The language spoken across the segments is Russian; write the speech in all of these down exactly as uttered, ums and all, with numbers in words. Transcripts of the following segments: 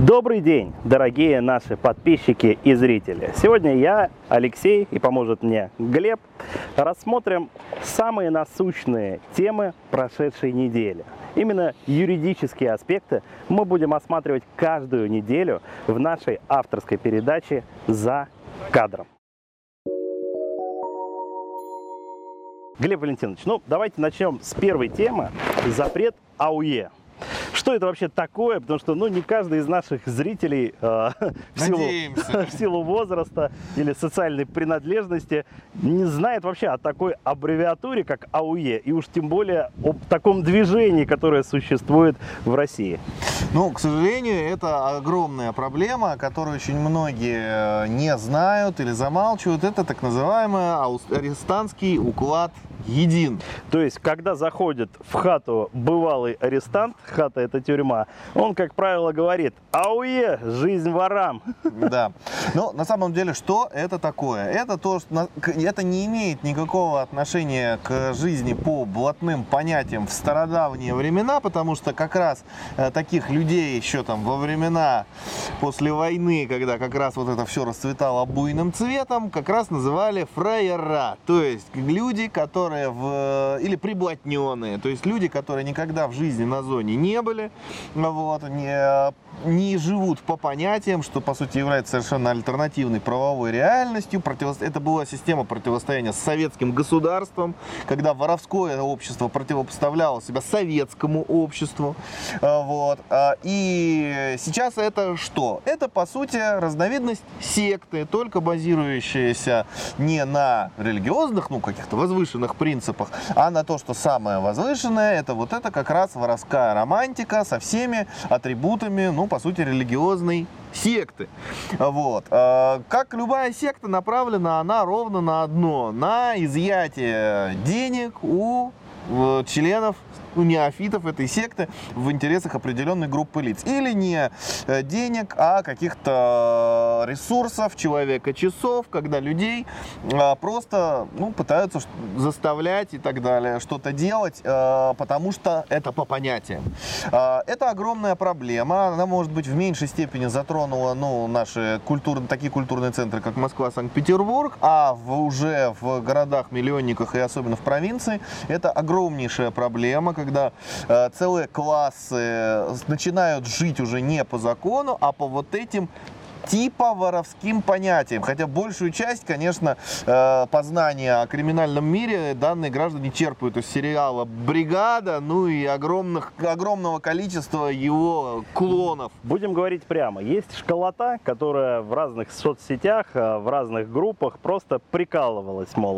Добрый день, дорогие наши подписчики и зрители. Сегодня я, Алексей, и поможет мне Глеб, рассмотрим самые насущные темы прошедшей недели. Именно юридические аспекты мы будем осматривать каждую неделю в нашей авторской передаче «За кадром». Глеб Валентинович, ну давайте начнем с первой темы – запрет АУЕ. Что это вообще такое? Потому что ну, не каждый из наших зрителей э, в, силу, в силу возраста или социальной принадлежности не знает вообще о такой аббревиатуре, как АУЕ, и уж тем более об таком движении, которое существует в России. Ну, к сожалению, это огромная проблема, которую очень многие не знают или замалчивают. Это так называемый арестантский уклад един. То есть, когда заходит в хату бывалый арестант, хата это тюрьма, он, как правило, говорит: АУЕ, жизнь ворам. Да. Но на самом деле, что это такое? Это то, что это не имеет никакого отношения к жизни по блатным понятиям в стародавние времена, потому что как раз таких людей еще там во времена после войны, когда как раз вот это все расцветало буйным цветом, как раз называли фраера, то есть люди, которые в, или приблотненные, то есть люди, которые никогда в жизни на зоне не были, вот, не, не живут по понятиям, что по сути является совершенно альтернативной правовой реальностью. Противо... Это была система противостояния с советским государством, когда воровское общество противопоставляло себя советскому обществу. Вот. И сейчас это что? Это по сути разновидность секты, только базирующаяся не на религиозных, ну каких-то возвышенных принципах, а на то, что самое возвышенное, это вот это как раз воровская романтика со всеми атрибутами, ну, по сути, религиозной секты. Вот. Как любая секта, направлена она ровно на одно, на изъятие денег у членов, у неофитов этой секты в интересах определенной группы лиц. Или не денег, а каких-то ресурсов, человека-часов, когда людей просто ну, пытаются заставлять и так далее, что-то делать, потому что это по понятиям. Это огромная проблема. Она, может быть, в меньшей степени затронула ну, наши культурные, такие культурные центры, как Москва, Санкт-Петербург, а в, уже в городах-миллионниках и особенно в провинции это огромнейшая проблема, когда э, целые классы начинают жить уже не по закону, а по вот этим типа воровским понятиям. Хотя большую часть, конечно, э, познания о криминальном мире данные граждане черпают из сериала «Бригада», ну и огромных, огромного количества его клонов. Будем говорить прямо. Есть школота, которая в разных соцсетях, в разных группах просто прикалывалась, мол,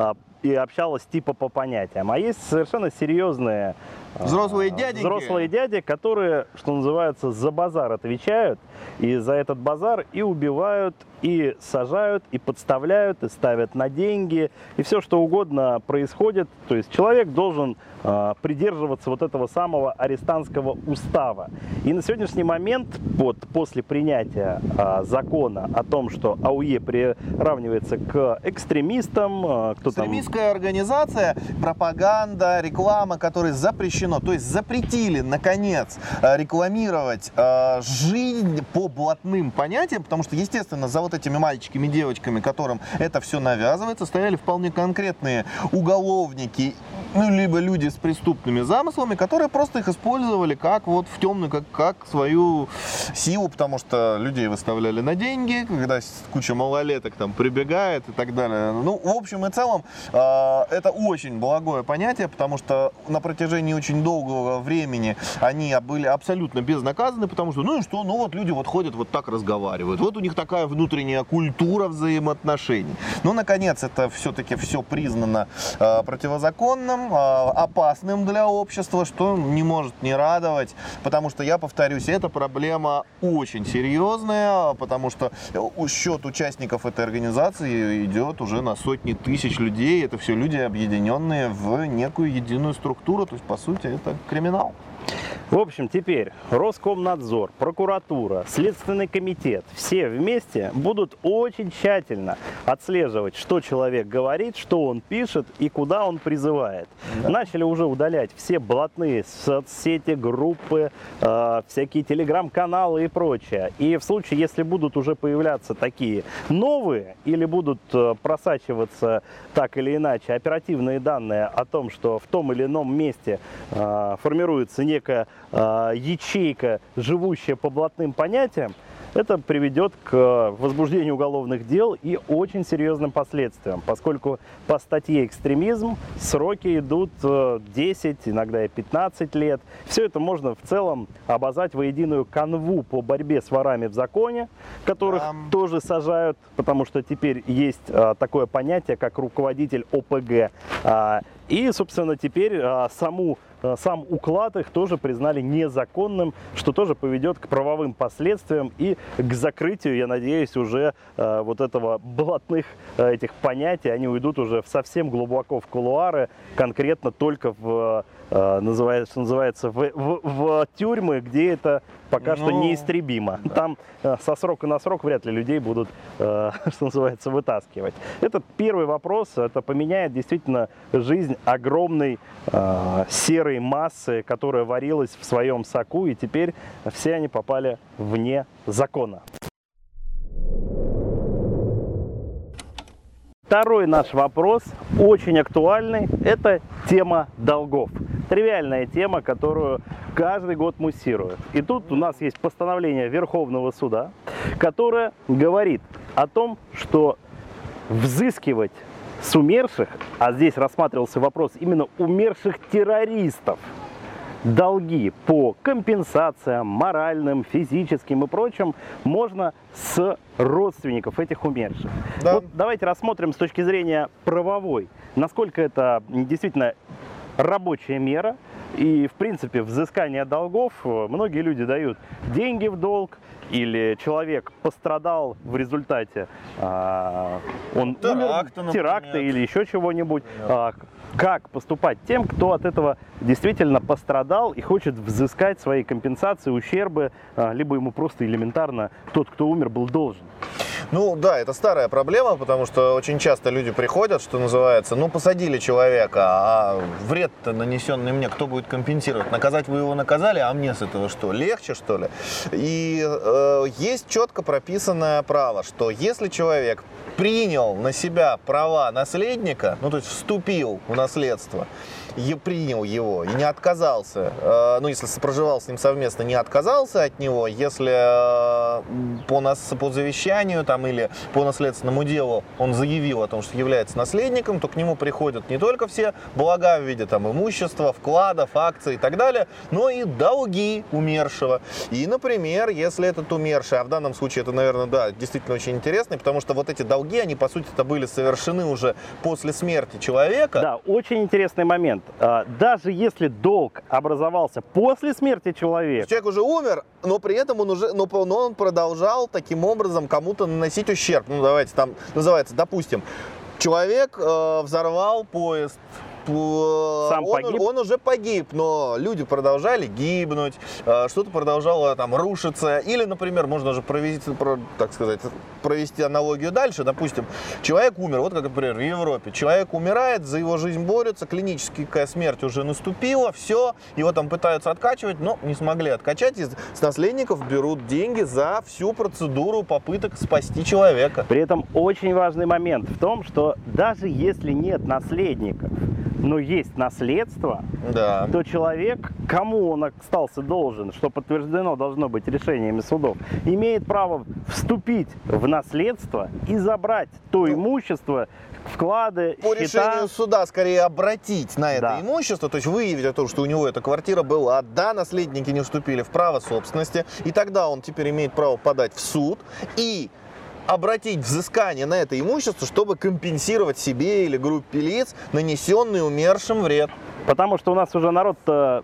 и общалась типа по понятиям. А есть совершенно серьезные взрослые дяденьки, взрослые дяди, которые, что называется, за базар отвечают, и за этот базар и убивают, и сажают, и подставляют, и ставят на деньги, и все что угодно происходит. То есть человек должен э, придерживаться вот этого самого арестантского устава. И на сегодняшний момент, вот после принятия э, закона о том, что АУЕ приравнивается к экстремистам, э, кто там... Экстремистская организация, пропаганда, реклама, которые запрещено, то есть запретили, наконец, рекламировать э, жизнь по блатным понятиям, потому что, естественно, за вот этими мальчиками и девочками, которым это все навязывается, стояли вполне конкретные уголовники, ну, либо люди с преступными замыслами, которые просто их использовали как вот в темную, как, как свою силу, потому что людей выставляли на деньги, когда куча малолеток там прибегает и так далее. Ну, в общем и целом, э, это очень благое понятие, потому что на протяжении очень долгого времени они были абсолютно безнаказаны, потому что, ну и что, ну вот люди вот ходят, вот так разговаривают, вот у них такая внутренняя культура взаимоотношений. Ну, наконец, это все-таки все признано э, противозаконным, опасным для общества, что не может не радовать, потому что, я повторюсь, эта проблема очень серьезная, потому что счет участников этой организации идет уже на сотни тысяч людей, это все люди, объединенные в некую единую структуру, то есть, по сути, это криминал. В общем, теперь Роскомнадзор, прокуратура, Следственный комитет, все вместе будут очень тщательно отслеживать, что человек говорит, что он пишет и куда он призывает. Да. Начали уже удалять все блатные соцсети, группы, э, всякие телеграм-каналы и прочее. И в случае, если будут уже появляться такие новые или будут э, просачиваться так или иначе оперативные данные о том, что в том или ином месте э, формируется некая э, ячейка, живущая по блатным понятиям, это приведет к возбуждению уголовных дел и очень серьезным последствиям, поскольку по статье экстремизм сроки идут десять, иногда и пятнадцать лет. Все это можно в целом обозвать воединую канву по борьбе с ворами в законе, которых um... тоже сажают, потому что теперь есть а, такое понятие, как руководитель О Пэ Гэ. А, и, собственно, теперь а, саму сам уклад их тоже признали незаконным, что тоже поведет к правовым последствиям и к закрытию, я надеюсь, уже э, вот этого блатных э, этих понятий. Они уйдут уже в совсем глубоко в кулуары, конкретно только в, э, называется, что называется, в, в, в тюрьмы, где это пока ну, что неистребимо. Да. Там э, со срока на срок вряд ли людей будут, э, что называется, вытаскивать. Это первый вопрос. Это поменяет действительно жизнь огромной э, серой массы, которая варилась в своем соку, и теперь все они попали вне закона. Второй наш вопрос, очень актуальный, это тема долгов. Тривиальная тема, которую каждый год муссируют. И тут у нас есть постановление Верховного суда, которое говорит о том, что взыскивать с умерших, а здесь рассматривался вопрос именно умерших террористов, долги по компенсациям, моральным, физическим и прочим можно с родственников этих умерших. Да. Вот давайте рассмотрим с точки зрения правовой, насколько это действительно рабочая мера. И, в принципе, взыскание долгов, многие люди дают деньги в долг, или человек пострадал в результате, а, он теракта, умер, теракта или еще чего-нибудь. А, как поступать тем, кто от этого действительно пострадал и хочет взыскать свои компенсации, ущербы, а, либо ему просто элементарно тот, кто умер, был должен? Ну да, это старая проблема, потому что очень часто люди приходят, что называется, ну посадили человека, а вред-то нанесенный мне кто будет компенсировать? Наказать вы его наказали, а мне с этого что, легче что ли? И э, есть четко прописанное право, что если человек принял на себя права наследника, ну то есть вступил в наследство, и принял его и не отказался, э, ну если проживал с ним совместно, не отказался от него, если э, по, нас, по завещанию там, или по наследственному делу он заявил о том, что является наследником, то к нему приходят не только все блага в виде там, имущества, вкладов, акций и так далее, но и долги умершего. И, например, если этот умерший, а в данном случае это, наверное, да, действительно очень интересно, потому что вот эти долги, они по сути это были совершены уже после смерти человека. Да, очень интересный момент. Даже если долг образовался после смерти человека, человек уже умер, но при этом он уже, но он продолжал таким образом кому-то наносить ущерб. Ну давайте там называется, допустим, человек э, взорвал поезд. Сам он, погиб? он уже погиб, но люди продолжали гибнуть, что-то продолжало там рушиться. Или, например, можно же провести, так сказать, провести аналогию дальше. Допустим, человек умер, вот как, например, в Европе. Человек умирает, за его жизнь борются, клиническая смерть уже наступила, все, его там пытаются откачивать, но не смогли откачать. И с наследников берут деньги за всю процедуру попыток спасти человека. При этом очень важный момент в том, что даже если нет наследников, но есть наследство, да, то человек, кому он остался должен, что подтверждено должно быть решениями судов, имеет право вступить в наследство и забрать то ну, имущество, вклады, по счета. решению суда скорее обратить на это да. имущество, то есть выявить о том, что у него эта квартира была, да, наследники не вступили в право собственности, и тогда он теперь имеет право подать в суд и обратить взыскание на это имущество, чтобы компенсировать себе или группе лиц нанесенный умершим вред. Потому что у нас уже народ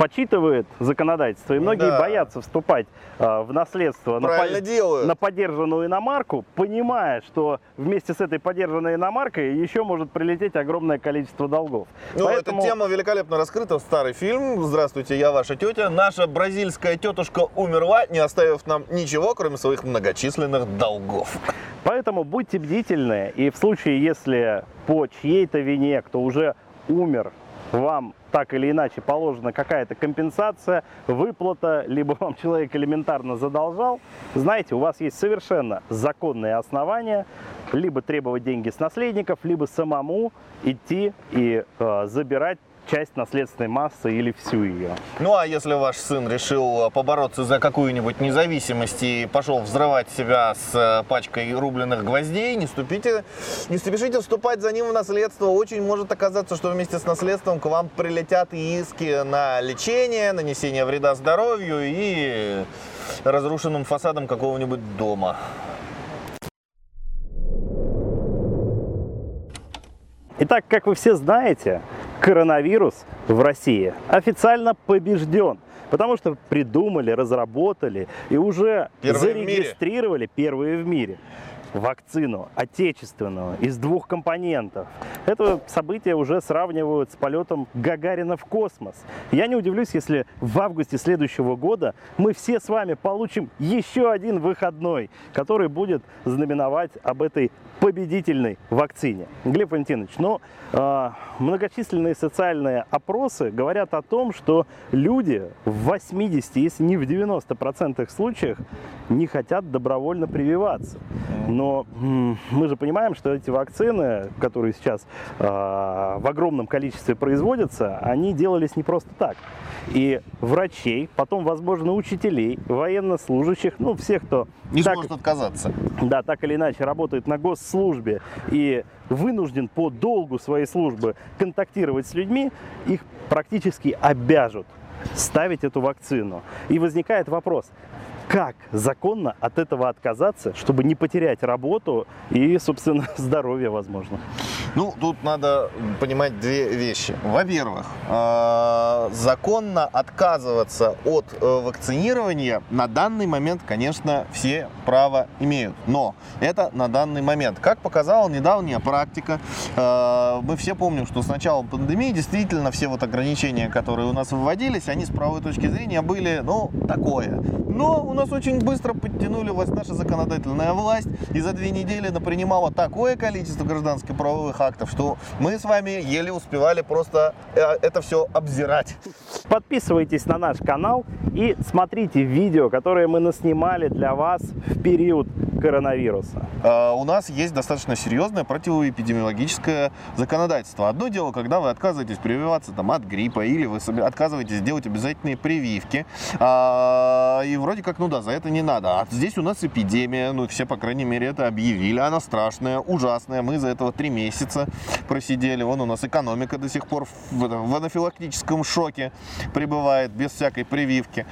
почитывает законодательство, и многие Да. боятся вступать а, в наследство на, Правильно по- делают. на подержанную иномарку, понимая, что вместе с этой подержанной иномаркой еще может прилететь огромное количество долгов. Ну, Поэтому- эта тема великолепно раскрыта в старый фильм «Здравствуйте, я ваша тетя». Наша бразильская тетушка умерла, не оставив нам ничего, кроме своих многочисленных долгов. Поэтому будьте бдительны, и в случае, если по чьей-то вине, кто уже умер, вам так или иначе положена какая-то компенсация, выплата, либо вам человек элементарно задолжал, знаете, у вас есть совершенно законные основания либо требовать деньги с наследников, либо самому идти и э, забирать часть наследственной массы или всю ее. Ну, а если ваш сын решил побороться за какую-нибудь независимость и пошел взрывать себя с пачкой рубленых гвоздей, не, ступите, не спешите вступать за ним в наследство. Очень может оказаться, что вместе с наследством к вам прилетят иски на лечение, нанесение вреда здоровью и разрушенным фасадом какого-нибудь дома. Итак, как вы все знаете, коронавирус в России официально побежден, потому что придумали, разработали и уже Первые в мире. зарегистрировали первые в мире вакцину отечественную из двух компонентов. Это событие уже сравнивают с полетом Гагарина в космос. Я не удивлюсь, если в августе следующего года мы все с вами получим еще один выходной, который будет знаменовать об этой победительной вакцине. Глеб Валентинович, ну, э, многочисленные социальные опросы говорят о том, что люди в восьмидесяти, если не в девяноста процентах случаях не хотят добровольно прививаться. Но м, мы же понимаем, что эти вакцины, которые сейчас э, в огромном количестве производятся, они делались не просто так. И врачей, потом, возможно, учителей, военнослужащих, ну, всех, кто Не так, сможет отказаться. да, так или иначе работает на госслужбе и вынужден по долгу своей службы контактировать с людьми, их практически обяжут ставить эту вакцину. И возникает вопрос, как законно от этого отказаться, чтобы не потерять работу и, собственно, здоровье, возможно? Ну, тут надо понимать две вещи. Во-первых, э, законно отказываться от э, вакцинирования на данный момент, конечно, все право имеют. Но это на данный момент. Как показала недавняя практика, э, мы все помним, что с началом пандемии действительно все вот ограничения, которые у нас вводились, они с правовой точки зрения были, ну, такое. Но у нас очень быстро подтянули власть, наша законодательная власть, и за две недели напринимала такое количество гражданских правовых актов, что мы с вами еле успевали просто это все обзирать. Подписывайтесь на наш канал и смотрите видео, которые мы наснимали для вас в период коронавируса. Uh, у нас есть достаточно серьезное противоэпидемиологическое законодательство. Одно дело, когда вы отказываетесь прививаться там, от гриппа, или вы отказываетесь делать обязательные прививки, uh, и вроде как, ну да, за это не надо. А здесь у нас эпидемия, ну все, по крайней мере, это объявили. Она страшная, ужасная. Мы за этого три месяца просидели. Вон у нас экономика до сих пор в, в анафилактическом шоке пребывает, без всякой прививки.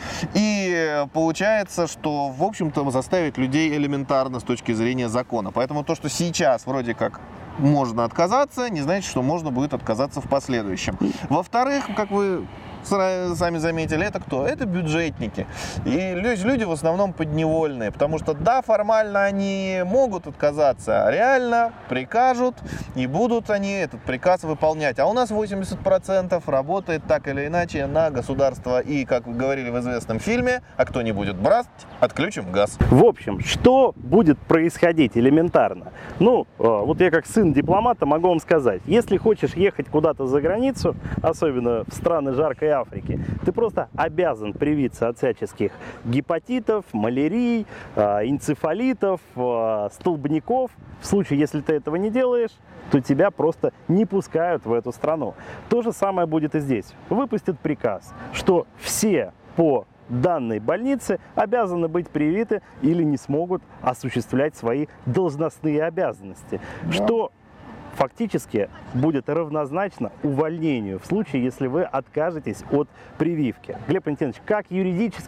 И получается, что, в общем-то, заставить людей элементарно с точки зрения закона. Поэтому то, что сейчас вроде как можно отказаться, не значит, что можно будет отказаться в последующем. Во-вторых, как вы сами заметили, это кто? Это бюджетники. И люди в основном подневольные, потому что, да, формально они могут отказаться, а реально прикажут, и будут они этот приказ выполнять. А у нас восемьдесят процентов работает так или иначе на государство. И, как вы говорили в известном фильме, а кто не будет брать, отключим газ. В общем, что будет происходить элементарно? Ну, вот я как сын дипломата могу вам сказать, если хочешь ехать куда-то за границу, особенно в страны жаркой Африки, ты просто обязан привиться от всяческих гепатитов, малярий, энцефалитов, столбняков. В случае, если ты этого не делаешь, то тебя просто не пускают в эту страну. То же самое будет и здесь. Выпустят приказ, что все по данной больницы обязаны быть привиты или не смогут осуществлять свои должностные обязанности. Да. Что фактически будет равнозначно увольнению в случае, если вы откажетесь от прививки. Глеб Валентинович, как юридически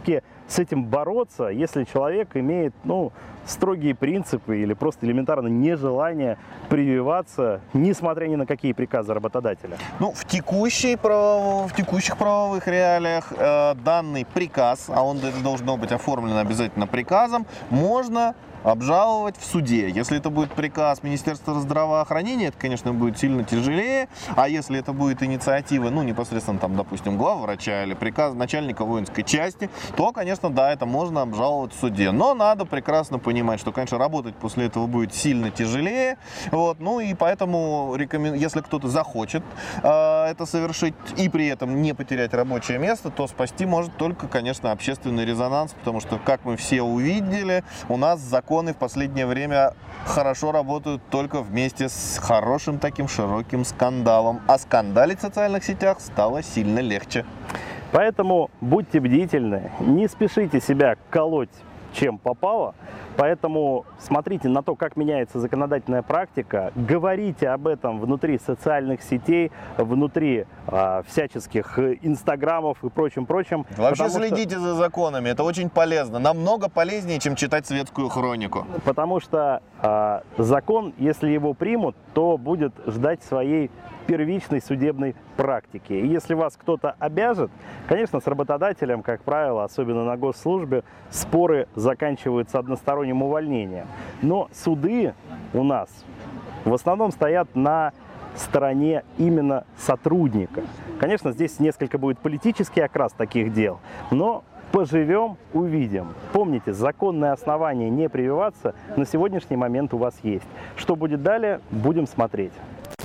с этим бороться, если человек имеет, ну, строгие принципы или просто элементарно нежелание прививаться, несмотря ни на какие приказы работодателя? Ну, в, текущей право, в текущих правовых реалиях э, данный приказ, а он должен быть оформлен обязательно приказом, можно обжаловать в суде. Если это будет приказ Министерства здравоохранения, это, конечно, будет сильно тяжелее. А если это будет инициатива, ну, непосредственно, там, допустим, главврача или приказ начальника воинской части, то, конечно, да, это можно обжаловать в суде. Но надо прекрасно понимать, что, конечно, работать после этого будет сильно тяжелее. Вот. Ну, и поэтому, рекомен... если кто-то захочет э, это совершить и при этом не потерять рабочее место, то спасти может только, конечно, общественный резонанс, потому что, как мы все увидели, у нас закон Законы в последнее время хорошо работают только вместе с хорошим таким широким скандалом. А скандалить в социальных сетях стало сильно легче. Поэтому будьте бдительны, не спешите себя колоть чем попало. Поэтому смотрите на то, как меняется законодательная практика, говорите об этом внутри социальных сетей, внутри а, всяческих инстаграмов и прочим-прочим. Вообще следите что... за законами, это очень полезно, намного полезнее, чем читать светскую хронику. Потому что а, закон, если его примут, то будет ждать своей первичной судебной практики. И если вас кто-то обяжет, конечно, с работодателем, как правило, особенно на госслужбе, споры заканчиваются односторонним увольнением. Но суды у нас в основном стоят на стороне именно сотрудника. Конечно, здесь несколько будет политический окрас таких дел, но поживем, увидим. Помните, законное основание не прививаться на сегодняшний момент у вас есть. Что будет далее, будем смотреть.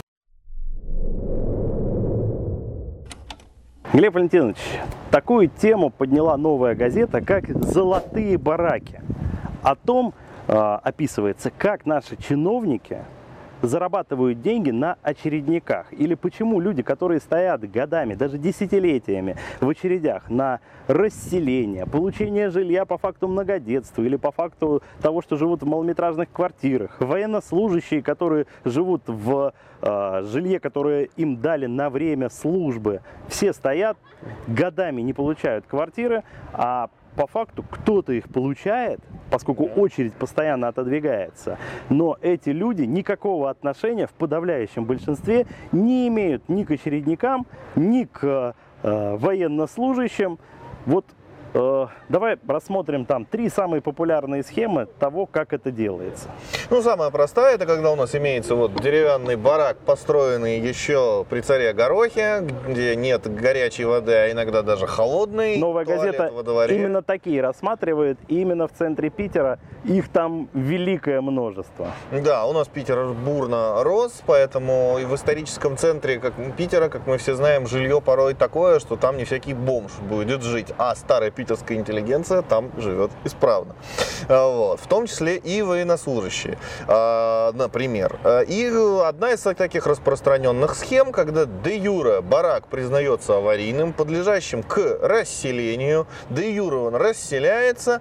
Глеб Валентинович, такую тему подняла «Новая газета», как «Золотые бараки». О том э, описывается, как наши чиновники зарабатывают деньги на очередниках. Или почему люди, которые стоят годами, даже десятилетиями в очередях на расселение, получение жилья по факту многодетства или по факту того, что живут в малометражных квартирах, военнослужащие, которые живут в э, жилье, которое им дали на время службы, все стоят, годами не получают квартиры, а по факту кто-то их получает, поскольку очередь постоянно отодвигается. Но эти люди никакого отношения в подавляющем большинстве не имеют ни к очередникам, ни к э, военнослужащим. Вот э, давай рассмотрим там три самые популярные схемы того, как это делается. Ну, самая простая, это когда у нас имеется вот деревянный барак, построенный еще при царе Горохе, где нет горячей воды, а иногда даже холодной. Новая газета именно такие рассматривает, и именно в центре Питера их там великое множество. Да, у нас Питер бурно рос, поэтому и в историческом центре как Питера, как мы все знаем, жилье порой такое, что там не всякий бомж будет жить, а старая питерская интеллигенция там живет исправно. Вот. В том числе и военнослужащие, например. И одна из таких распространенных схем, когда де юре барак признается аварийным, подлежащим к расселению, де юре он расселяется,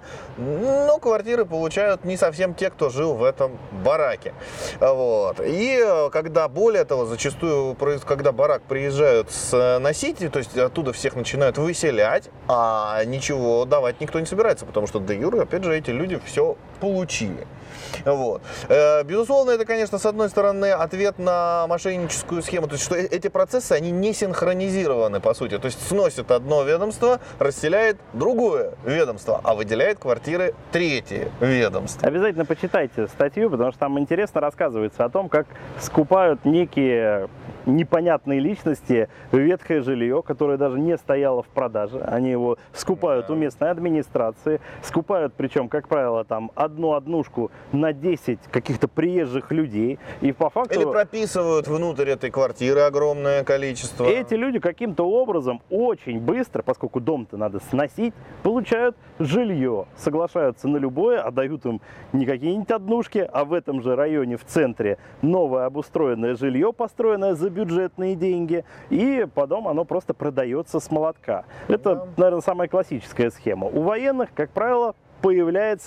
но квартиры получают не совсем те, кто жил в этом бараке. Вот. И когда, более того, зачастую, когда барак приезжают сносить, то есть оттуда всех начинают выселять, а ничего давать никто не собирается, потому что де юре, опять же, эти люди все получили. Вот. Безусловно, это, конечно, с одной стороны, ответ на мошенническую схему, то есть, что эти процессы, они не синхронизированы, по сути. То есть, сносит одно ведомство, расселяет другое ведомство, а выделяет квартиры третье ведомство. Обязательно почитайте статью, потому что там интересно рассказывается о том, как скупают некие непонятные личности ветхое жилье, которое даже не стояло в продаже. Они его скупают у местной администрации, скупают, причем, как правило, там одну однушку на десять каких-то приезжих людей. И по факту... Или прописывают внутрь этой квартиры огромное количество. Эти люди каким-то образом очень быстро, поскольку дом-то надо сносить, получают жилье, соглашаются на любое, отдают им не какие-нибудь однушки, а в этом же районе в центре новое обустроенное жилье, построенное за бюджетные деньги, и потом оно просто продается с молотка. Это, да, наверное, самая классическая схема. У военных, как правило, появляется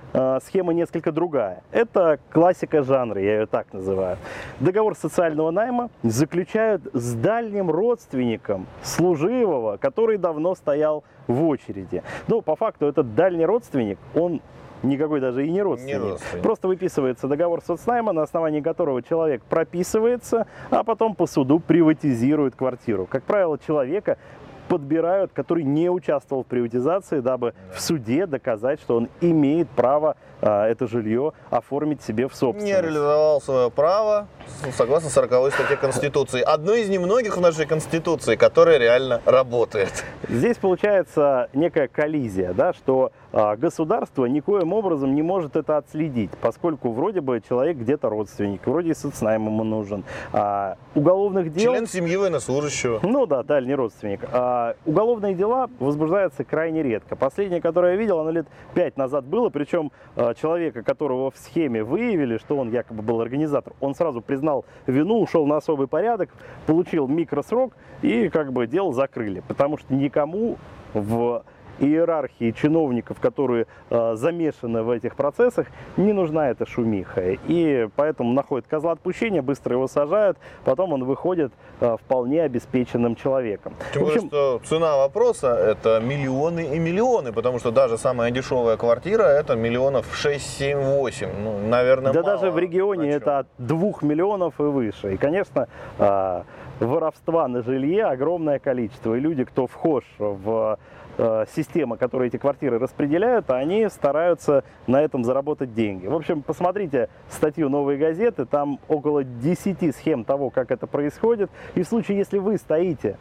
э, схема несколько другая. Это классика жанра, я ее так называю. Договор социального найма заключают с дальним родственником служивого, который давно стоял в очереди. Ну, по факту, этот дальний родственник, он никакой даже и не родственник. Не родственник. Просто выписывается договор соцнайма, на основании которого человек прописывается, а потом по суду приватизирует квартиру. Как правило, человека подбирают, который не участвовал в приватизации, дабы в суде доказать, что он имеет право а, это жилье оформить себе в собственность. Не реализовал свое право согласно сороковой статье Конституции. Одной из немногих в нашей Конституции, которая реально работает. Здесь получается некая коллизия, да, что а, государство никоим образом не может это отследить, поскольку вроде бы человек где-то родственник, вроде и соцнайм ему нужен. А, уголовных дел... Член семьи военнослужащего. Ну да, дальний родственник. А, уголовные дела возбуждаются крайне редко. Последнее, которое я видел, оно лет пять назад было, причем а, человека, которого в схеме выявили, что он якобы был организатор, он сразу признал вину, ушел на особый порядок, получил микросрок и как бы дело закрыли, потому что никому в иерархии чиновников, которые э, замешаны в этих процессах, не нужна эта шумиха. И поэтому находят козла отпущения, быстро его сажают, потом он выходит э, вполне обеспеченным человеком. Тем более, что цена вопроса это миллионы и миллионы, потому что даже самая дешевая квартира это миллионов шесть, семь, восемь. Ну, наверное, да мало. Даже в регионе это от двух миллионов и выше. И, конечно, э, воровства на жилье огромное количество. И люди, кто вхож в система, которая эти квартиры распределяют, они стараются на этом заработать деньги. В общем, посмотрите статью «Новой газеты», там около десяти схем того, как это происходит. И в случае, если вы стоите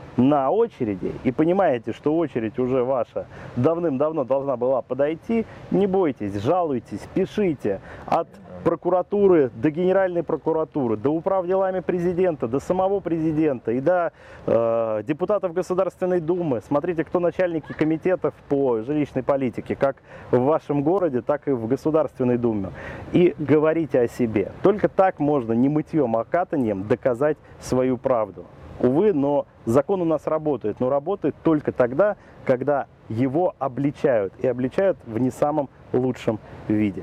на очереди и понимаете, что очередь уже ваша давным-давно должна была подойти, не бойтесь, жалуйтесь, пишите. От прокуратуры до Генеральной прокуратуры, до управ делами президента, до самого президента и до э, депутатов Государственной Думы. Смотрите, кто начальники комитетов по жилищной политике, как в вашем городе, так и в Государственной Думе. И говорите о себе. Только так можно не мытьем, а катаньем доказать свою правду. Увы, но закон у нас работает, но работает только тогда, когда его обличают, и обличают в не самом лучшем виде.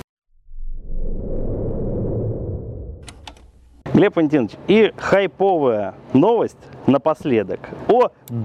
Глеб Валентинович, и хайповая новость напоследок о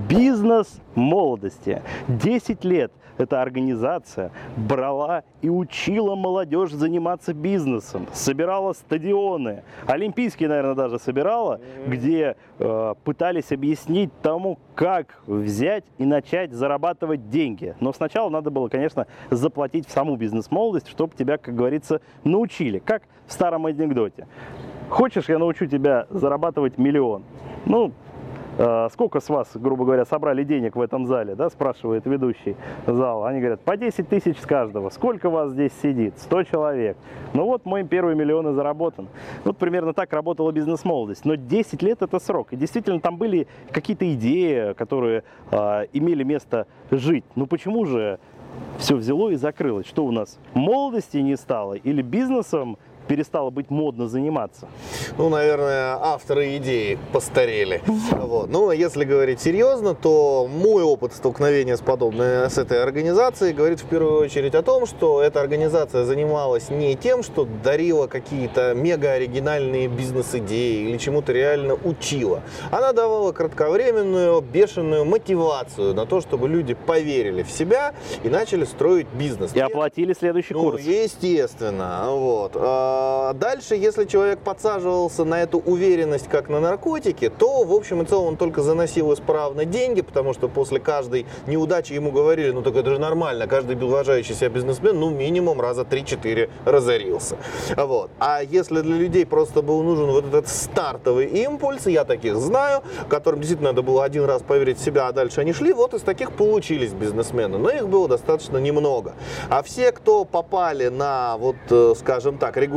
бизнес-молодости. десять лет эта организация брала и учила молодежь заниматься бизнесом, собирала стадионы, олимпийские, наверное, даже собирала, где э, пытались объяснить тому, как взять и начать зарабатывать деньги. Но сначала надо было, конечно, заплатить в саму бизнес-молодость, чтобы тебя, как говорится, научили. Как в старом анекдоте. Хочешь, я научу тебя зарабатывать миллион? Ну, э, сколько с вас, грубо говоря, собрали денег в этом зале, да, спрашивает ведущий зала. Они говорят, по десять тысяч с каждого. Сколько вас здесь сидит? сто человек. Ну вот, мой первый миллион и заработан. Вот примерно так работала бизнес-молодость. Но десять лет это срок. И действительно, там были какие-то идеи, которые э, имели место жить. Ну почему же все взяло и закрылось? Что у нас, молодости не стало или бизнесом перестало быть модно заниматься? Ну, наверное, авторы идеи постарели. Вот. Ну, если говорить серьезно, то мой опыт столкновения с подобной, с этой организацией говорит в первую очередь о том, что эта организация занималась не тем, что дарила какие-то мега оригинальные бизнес-идеи или чему-то реально учила. Она давала кратковременную, бешеную мотивацию на то, чтобы люди поверили в себя и начали строить бизнес. И оплатили следующий ну, курс. Естественно. Вот. Дальше, если человек подсаживался на эту уверенность как на наркотики, то, в общем и целом, он только заносил исправно деньги, потому что после каждой неудачи ему говорили, ну так это же нормально, каждый уважающий себя бизнесмен, ну минимум раза три-четыре разорился. Вот. А если для людей просто был нужен вот этот стартовый импульс, я таких знаю, которым действительно надо было один раз поверить в себя, а дальше они шли, вот из таких получились бизнесмены, но их было достаточно немного. А все, кто попали на, вот, скажем так, регулярную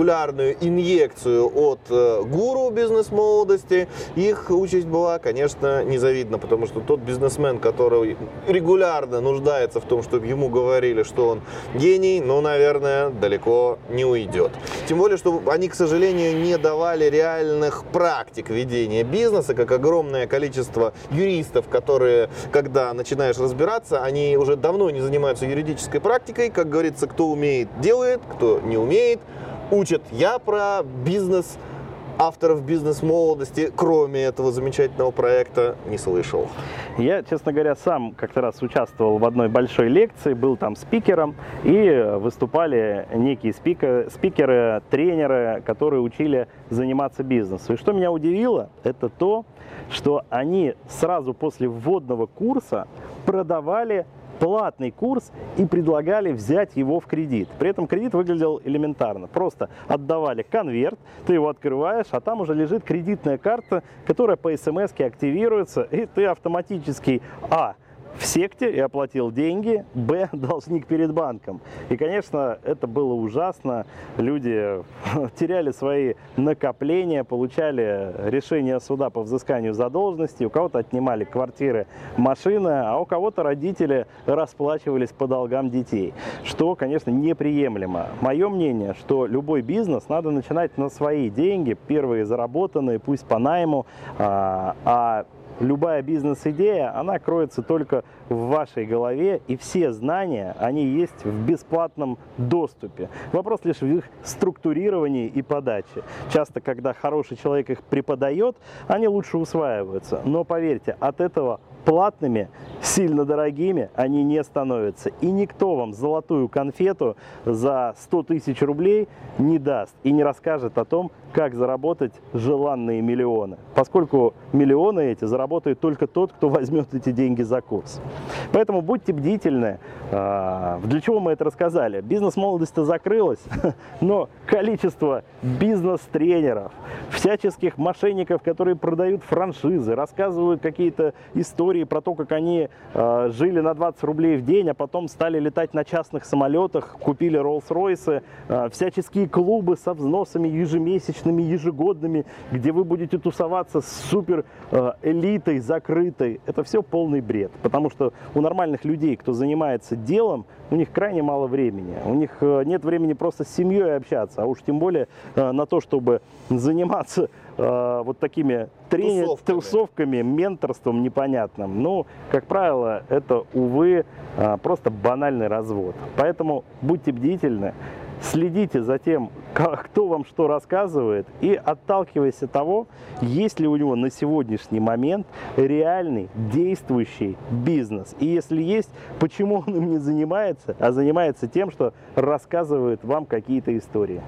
регулярную инъекцию от э, гуру бизнес-молодости, их участь была, конечно, незавидна, потому что тот бизнесмен, который регулярно нуждается в том, чтобы ему говорили, что он гений, ну, наверное, далеко не уйдет. Тем более, что они, к сожалению, не давали реальных практик ведения бизнеса, как огромное количество юристов, которые, когда начинаешь разбираться, они уже давно не занимаются юридической практикой. Как говорится, кто умеет, делает, кто не умеет, учат. Я про бизнес авторов бизнес-молодости, кроме этого замечательного проекта, не слышал. Я, честно говоря, сам как-то раз участвовал в одной большой лекции, был там спикером, и выступали некие спикеры, спикеры, тренеры, которые учили заниматься бизнесом. И что меня удивило, это то, что они сразу после вводного курса продавали платный курс и предлагали взять его в кредит. При этом кредит выглядел элементарно. Просто отдавали конверт, ты его открываешь, а там уже лежит кредитная карта, которая по смс-ке активируется, и ты автоматически а. в секте и оплатил деньги, б. должник перед банком. И, конечно, это было ужасно. Люди теряли свои накопления, получали решение суда по взысканию задолженности, у кого-то отнимали квартиры, машины, а у кого-то родители расплачивались по долгам детей, что, конечно, неприемлемо. Мое мнение, что любой бизнес надо начинать на свои деньги, первые заработанные, пусть по найму, а, а любая бизнес-идея, она кроется только в вашей голове, и все знания, они есть в бесплатном доступе. Вопрос лишь в их структурировании и подаче. Часто, когда хороший человек их преподает, они лучше усваиваются. Но поверьте, от этого платными, сильно дорогими они не становятся. И никто вам золотую конфету за сто тысяч рублей не даст и не расскажет о том, как заработать желанные миллионы. Поскольку миллионы эти заработает только тот, кто возьмет эти деньги за курс. Поэтому будьте бдительны. Для чего мы это рассказали? Бизнес-молодость-то закрылась, но количество бизнес-тренеров, всяческих мошенников, которые продают франшизы, рассказывают какие-то истории про то, как они э, жили на двадцать рублей в день, а потом стали летать на частных самолетах, купили Роллс-Ройсы, э, всяческие клубы со взносами ежемесячными, ежегодными, где вы будете тусоваться с супер э, элитой закрытой. Это все полный бред, потому что у нормальных людей, кто занимается делом, у них крайне мало времени. У них э, нет времени просто с семьей общаться, а уж тем более э, на то, чтобы заниматься э, вот такими трени... тусовками. тусовками, менторством непонятным. Ну, как правило, это, увы, э, просто банальный развод. Поэтому будьте бдительны, следите за тем, кто вам что рассказывает, и отталкиваясь от того, есть ли у него на сегодняшний момент реальный действующий бизнес. И если есть, почему он им не занимается, а занимается тем, что рассказывает вам какие-то истории.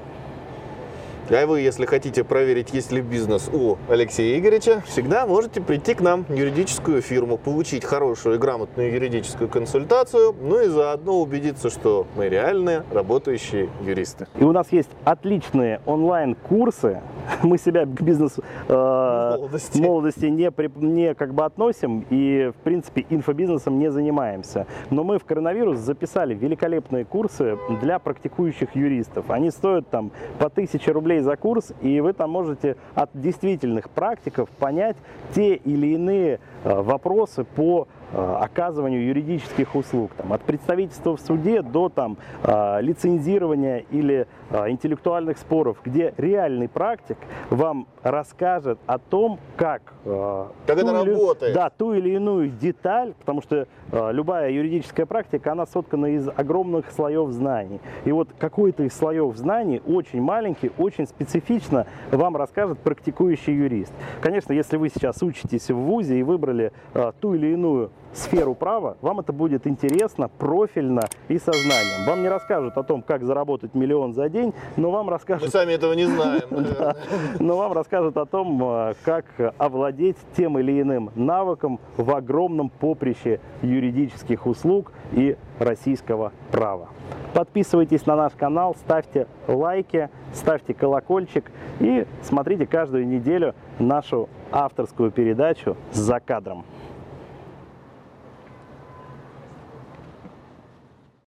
А вы, если хотите проверить, есть ли бизнес у Алексея Игоревича, всегда можете прийти к нам в юридическую фирму, получить хорошую и грамотную юридическую консультацию, ну и заодно убедиться, что мы реальные работающие юристы. И у нас есть отличные онлайн-курсы. Мы себя к бизнесу э, молодости, молодости не, при, не как бы относим и, в принципе, инфобизнесом не занимаемся. Но мы в коронавирус записали великолепные курсы для практикующих юристов. Они стоят там по тысяче рублей за курс, и вы там можете от действительных практиков понять те или иные э, вопросы по э, оказыванию юридических услуг. Там, от представительства в суде до там, э, лицензирования или э, интеллектуальных споров, где реальный практик вам расскажет о том, как, э, как это или, работает. Да, ту или иную деталь, потому что э, любая юридическая практика, она соткана из огромных слоев знаний. И вот какой-то из слоев знаний, очень маленький, очень специфично вам расскажет практикующий юрист. Конечно, если вы сейчас учитесь в вузе и выбрали э, ту или иную сферу права, вам это будет интересно, профильно и со знанием. Вам не расскажут о том, как заработать миллион за день, но вам расскажут... Мы сами этого не знаем. Но вам расскажут о том, как овладеть тем или иным навыком в огромном поприще юридических услуг и российского права. Подписывайтесь на наш канал, ставьте лайки, ставьте колокольчик и смотрите каждую неделю нашу авторскую передачу «За кадром».